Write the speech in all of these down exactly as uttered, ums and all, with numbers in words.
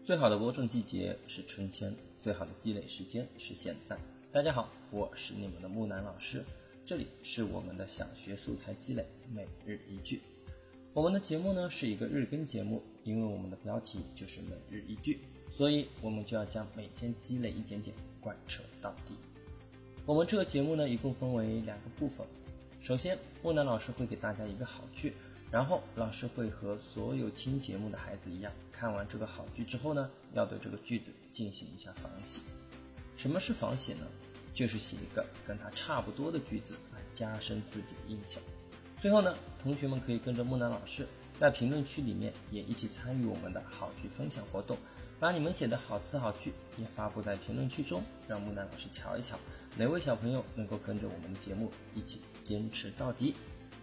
最好的播种季节是春天，最好的积累时间是现在。大家好，我是你们的木南老师，这里是我们的小学素材积累每日一句。我们的节目呢是一个日更节目，因为我们的标题就是每日一句，所以我们就要将每天积累一点点贯彻到底。我们这个节目呢一共分为两个部分，首先木南老师会给大家一个好句，然后老师会和所有听节目的孩子一样，看完这个好句之后呢，要对这个句子进行一下仿写。什么是仿写呢？就是写一个跟它差不多的句子来加深自己的印象。最后呢，同学们可以跟着木南老师在评论区里面也一起参与我们的好句分享活动，把你们写的好词好句也发布在评论区中，让木南老师瞧一瞧哪位小朋友能够跟着我们的节目一起坚持到底。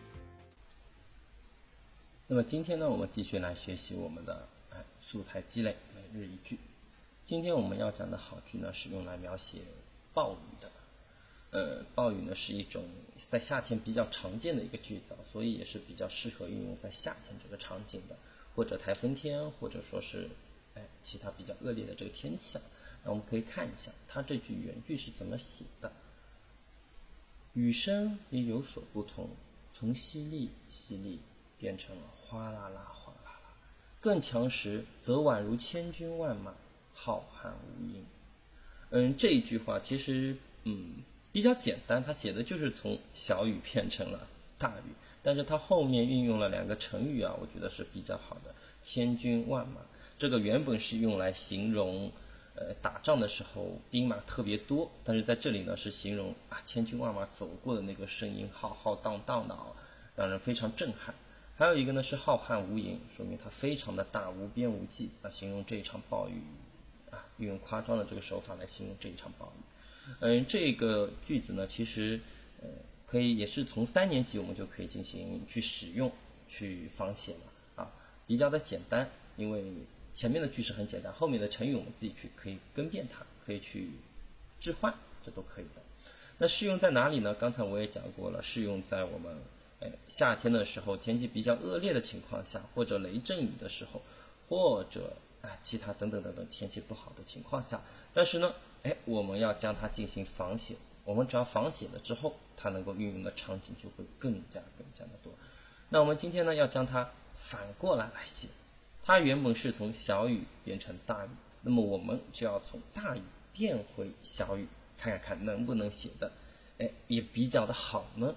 那么今天呢，我们继续来学习我们的哎素材积累每日一句。今天我们要讲的好句呢，是用来描写暴雨的。呃，暴雨呢是一种在夏天比较常见的一个句子，所以也是比较适合运用在夏天这个场景的，或者台风天，或者说是哎其他比较恶劣的这个天气啊。那我们可以看一下它这句原句是怎么写的。雨声也有所不同，从淅沥淅沥变成了哗啦啦哗啦啦，更强时则宛如千军万马，浩瀚无垠。嗯，这一句话其实嗯比较简单，它写的就是从小雨变成了大雨，但是它后面运用了两个成语啊，我觉得是比较好的。千军万马，这个原本是用来形容呃打仗的时候兵马特别多，但是在这里呢是形容啊千军万马走过的那个声音浩浩荡荡的啊，让人非常震撼。还有一个呢是浩瀚无垠，说明它非常的大，无边无际，那形容这一场暴雨啊，运用夸张的这个手法来形容这一场暴雨。嗯，这个句子呢，其实呃可以也是从三年级我们就可以进行去使用去仿写了啊，比较的简单，因为前面的句式很简单，后面的成语我们自己去可以更变它，可以去置换，这都可以的。那适用在哪里呢？刚才我也讲过了，适用在我们哎夏天的时候，天气比较恶劣的情况下，或者雷阵雨的时候，或者啊其他等等等等天气不好的情况下。但是呢哎，我们要将它进行仿写，我们只要仿写了之后，它能够运用的场景就会更加更加的多。那我们今天呢，要将它反过来来写，它原本是从小雨变成大雨，那么我们就要从大雨变回小雨，看看看能不能写的哎也比较的好呢。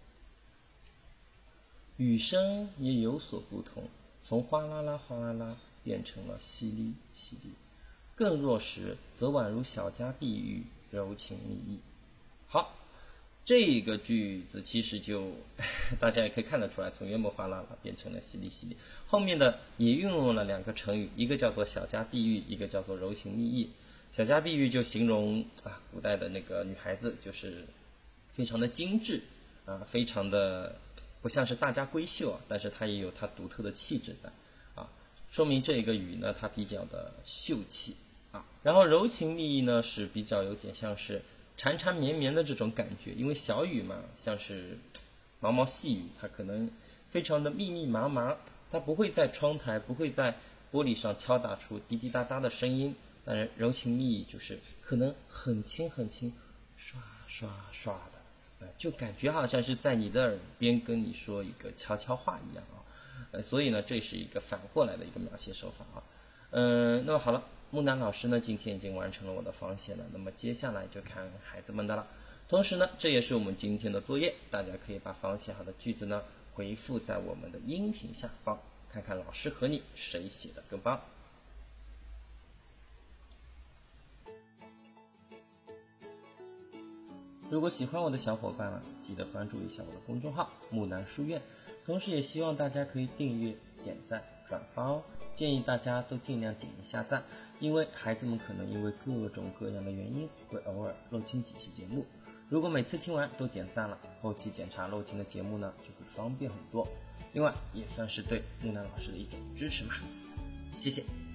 雨声也有所不同，从哗啦啦哗啦啦变成了淅沥淅沥，更弱时则宛如小家碧玉，柔情蜜意。好，这个句子其实就大家也可以看得出来，从原本哗啦啦变成了淅沥淅沥，后面的也运用了两个成语，一个叫做小家碧玉，一个叫做柔情蜜意。小家碧玉就形容啊古代的那个女孩子就是非常的精致啊，非常的不像是大家闺秀啊，但是她也有她独特的气质在啊，说明这个雨呢它比较的秀气啊。然后柔情蜜意呢是比较有点像是缠缠绵绵的这种感觉，因为小雨嘛，像是毛毛细雨，它可能非常的密密麻麻，它不会在窗台，不会在玻璃上敲打出滴滴答答的声音。当然柔情蜜意就是可能很轻很轻，刷刷刷的，呃，就感觉好像是在你的耳边跟你说一个悄悄话一样啊。呃，所以呢，这是一个反过来的一个描写手法啊。嗯、呃，那么好了，木南老师呢今天已经完成了我的仿写了，那么接下来就看孩子们的了。同时呢，这也是我们今天的作业，大家可以把仿写好的句子呢回复在我们的音频下方，看看老师和你谁写的更棒。如果喜欢我的小伙伴啊，记得关注一下我的公众号木南书院，同时也希望大家可以订阅、点赞、转发哦。建议大家都尽量点一下赞，因为孩子们可能因为各种各样的原因会偶尔漏听几期节目。如果每次听完都点赞了，后期检查漏听的节目呢就会方便很多，另外也算是对木南老师的一种支持嘛。谢谢。